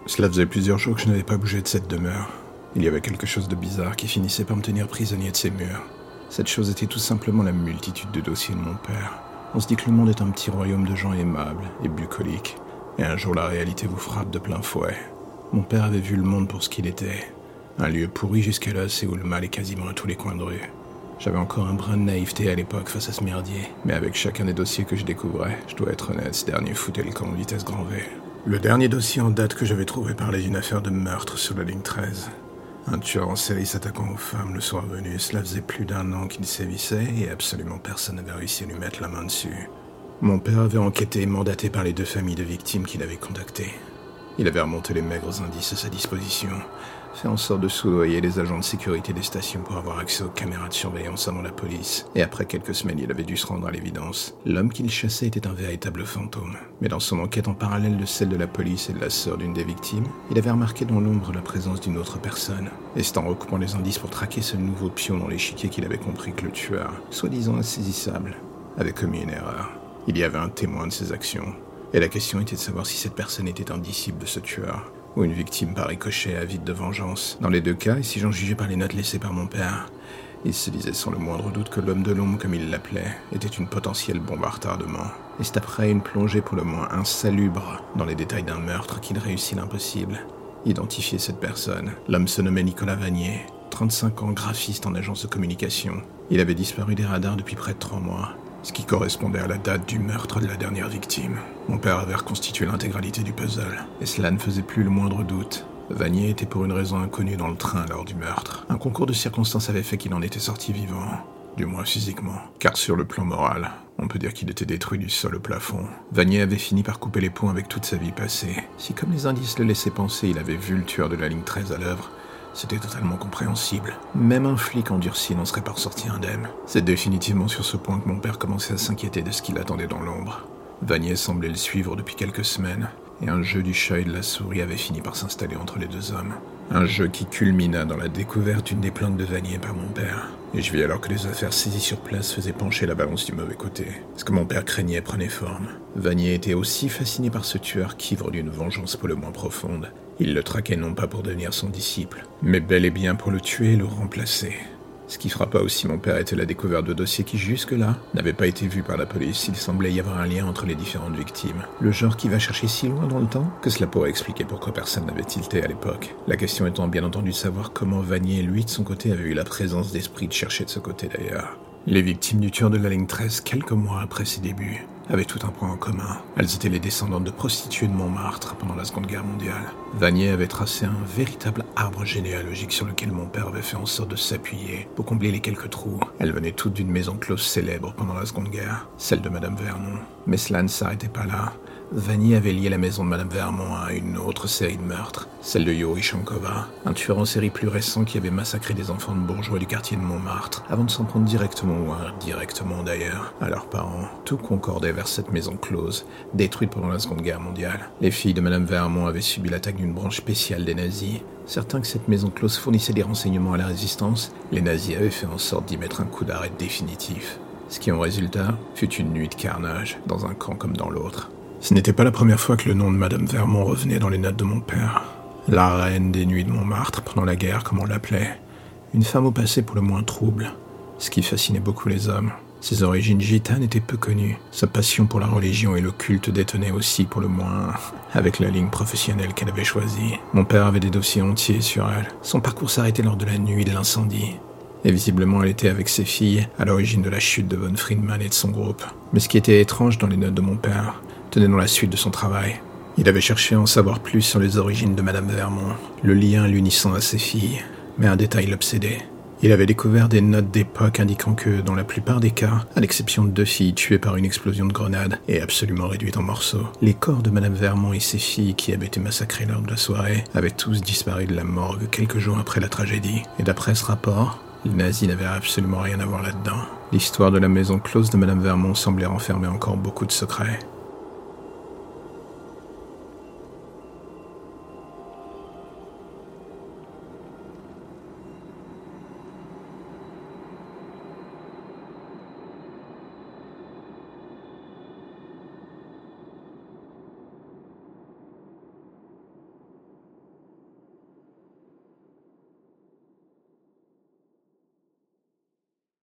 Cela faisait plusieurs jours que je n'avais pas bougé de cette demeure. Il y avait quelque chose de bizarre qui finissait par me tenir prisonnier de ces murs. Cette chose était tout simplement la multitude de dossiers de mon père. On se dit que le monde est un petit royaume de gens aimables et bucoliques. Et un jour la réalité vous frappe de plein fouet. Mon père avait vu le monde pour ce qu'il était. Un lieu pourri jusqu'à l'os et où le mal est quasiment à tous les coins de rue. J'avais encore un brin de naïveté à l'époque face à ce merdier. Mais avec chacun des dossiers que je découvrais, je dois être honnête, ce dernier foutait le camp en vitesse grand V. Le dernier dossier en date que j'avais trouvé parlait d'une affaire de meurtre sur la ligne 13. Un tueur en série s'attaquant aux femmes le soir venu. Cela faisait plus d'1 an qu'il sévissait et absolument personne n'avait réussi à lui mettre la main dessus. Mon père avait enquêté et mandaté par les 2 familles de victimes qu'il avait contactées. Il avait remonté les maigres indices à sa disposition, fait en sorte de soudoyer les agents de sécurité des stations pour avoir accès aux caméras de surveillance avant la police. Et après quelques semaines, il avait dû se rendre à l'évidence. L'homme qu'il chassait était un véritable fantôme. Mais dans son enquête en parallèle de celle de la police et de la sœur d'une des victimes, il avait remarqué dans l'ombre la présence d'une autre personne. Et c'est en recoupant les indices pour traquer ce nouveau pion dans l'échiquier qu'il avait compris que le tueur, soi-disant insaisissable, avait commis une erreur. Il y avait un témoin de ses actions. Et la question était de savoir si cette personne était un disciple de ce tueur, ou une victime par ricochet avide de vengeance. Dans les 2 cas, et si j'en jugeais par les notes laissées par mon père, il se disait sans le moindre doute que l'homme de l'ombre, comme il l'appelait, était une potentielle bombe à retardement. Et c'est après une plongée pour le moins insalubre dans les détails d'un meurtre qu'il réussit l'impossible. Identifier cette personne. L'homme se nommait Nicolas Vanier, 35 ans, graphiste en agence de communication. Il avait disparu des radars depuis près de 3 mois. Ce qui correspondait à la date du meurtre de la dernière victime. Mon père avait reconstitué l'intégralité du puzzle, et cela ne faisait plus le moindre doute. Vanier était pour une raison inconnue dans le train lors du meurtre. Un concours de circonstances avait fait qu'il en était sorti vivant, du moins physiquement. Car sur le plan moral, on peut dire qu'il était détruit du sol au plafond. Vanier avait fini par couper les ponts avec toute sa vie passée. Si comme les indices le laissaient penser, il avait vu le tueur de la ligne 13 à l'œuvre, c'était totalement compréhensible. Même un flic endurci n'en serait pas ressorti indemne. C'est définitivement sur ce point que mon père commençait à s'inquiéter de ce qu'il attendait dans l'ombre. Vanier semblait le suivre depuis quelques semaines, et un jeu du chat et de la souris avait fini par s'installer entre les 2 hommes. Un jeu qui culmina dans la découverte d'une des plantes de Vanier par mon père. Et je vis alors que les affaires saisies sur place faisaient pencher la balance du mauvais côté. Ce que mon père craignait prenait forme. Vanier était aussi fasciné par ce tueur qu'ivre d'une vengeance pour le moins profonde. Il le traquait non pas pour devenir son disciple, mais bel et bien pour le tuer et le remplacer. Ce qui frappa aussi mon père était la découverte de dossiers qui, jusque-là, n'avaient pas été vus par la police. Il semblait y avoir un lien entre les différentes victimes. Le genre qui va chercher si loin dans le temps que cela pourrait expliquer pourquoi personne n'avait tilté à l'époque. La question étant bien entendu de savoir comment Vanier, lui, de son côté, avait eu la présence d'esprit de chercher de ce côté d'ailleurs. Les victimes du tueur de la ligne 13, quelques mois après ses débuts, avaient tout un point en commun. Elles étaient les descendantes de prostituées de Montmartre pendant la Seconde Guerre mondiale. Vanier avait tracé un véritable arbre généalogique sur lequel mon père avait fait en sorte de s'appuyer pour combler les quelques trous. Elles venaient toutes d'une maison close célèbre pendant la Seconde Guerre, celle de Madame Vermont. Mais cela ne s'arrêtait pas là. Vanier avait lié la maison de Madame Vermont à une autre série de meurtres, celle de Yuri Shankova, un tueur en série plus récent qui avait massacré des enfants de bourgeois du quartier de Montmartre, avant de s'en prendre directement ou indirectement d'ailleurs à leurs parents. Tout concordait vers cette maison close, détruite pendant la Seconde Guerre mondiale. Les filles de Madame Vermont avaient subi l'attaque d'une branche spéciale des nazis. Certains que cette maison close fournissait des renseignements à la résistance, les nazis avaient fait en sorte d'y mettre un coup d'arrêt définitif. Ce qui en résulta fut une nuit de carnage, dans un camp comme dans l'autre. Ce n'était pas la première fois que le nom de Madame Vermont revenait dans les notes de mon père. La reine des nuits de Montmartre, pendant la guerre, comme on l'appelait. Une femme au passé pour le moins trouble, ce qui fascinait beaucoup les hommes. Ses origines gitanes étaient peu connues. Sa passion pour la religion et le culte détonnait aussi, pour le moins, avec la ligne professionnelle qu'elle avait choisie. Mon père avait des dossiers entiers sur elle. Son parcours s'arrêtait lors de la nuit de l'incendie. Et visiblement, elle était avec ses filles à l'origine de la chute de von Friedman et de son groupe. Mais ce qui était étrange dans les notes de mon père tenait dans la suite de son travail. Il avait cherché à en savoir plus sur les origines de Madame Vermont, le lien l'unissant à ses filles, mais un détail l'obsédait. Il avait découvert des notes d'époque indiquant que, dans la plupart des cas, à l'exception de 2 filles tuées par une explosion de grenade et absolument réduites en morceaux, les corps de Madame Vermont et ses filles qui avaient été massacrées lors de la soirée avaient tous disparu de la morgue quelques jours après la tragédie. Et d'après ce rapport, les nazis n'avaient absolument rien à voir là-dedans. L'histoire de la maison close de Madame Vermont semblait renfermer encore beaucoup de secrets.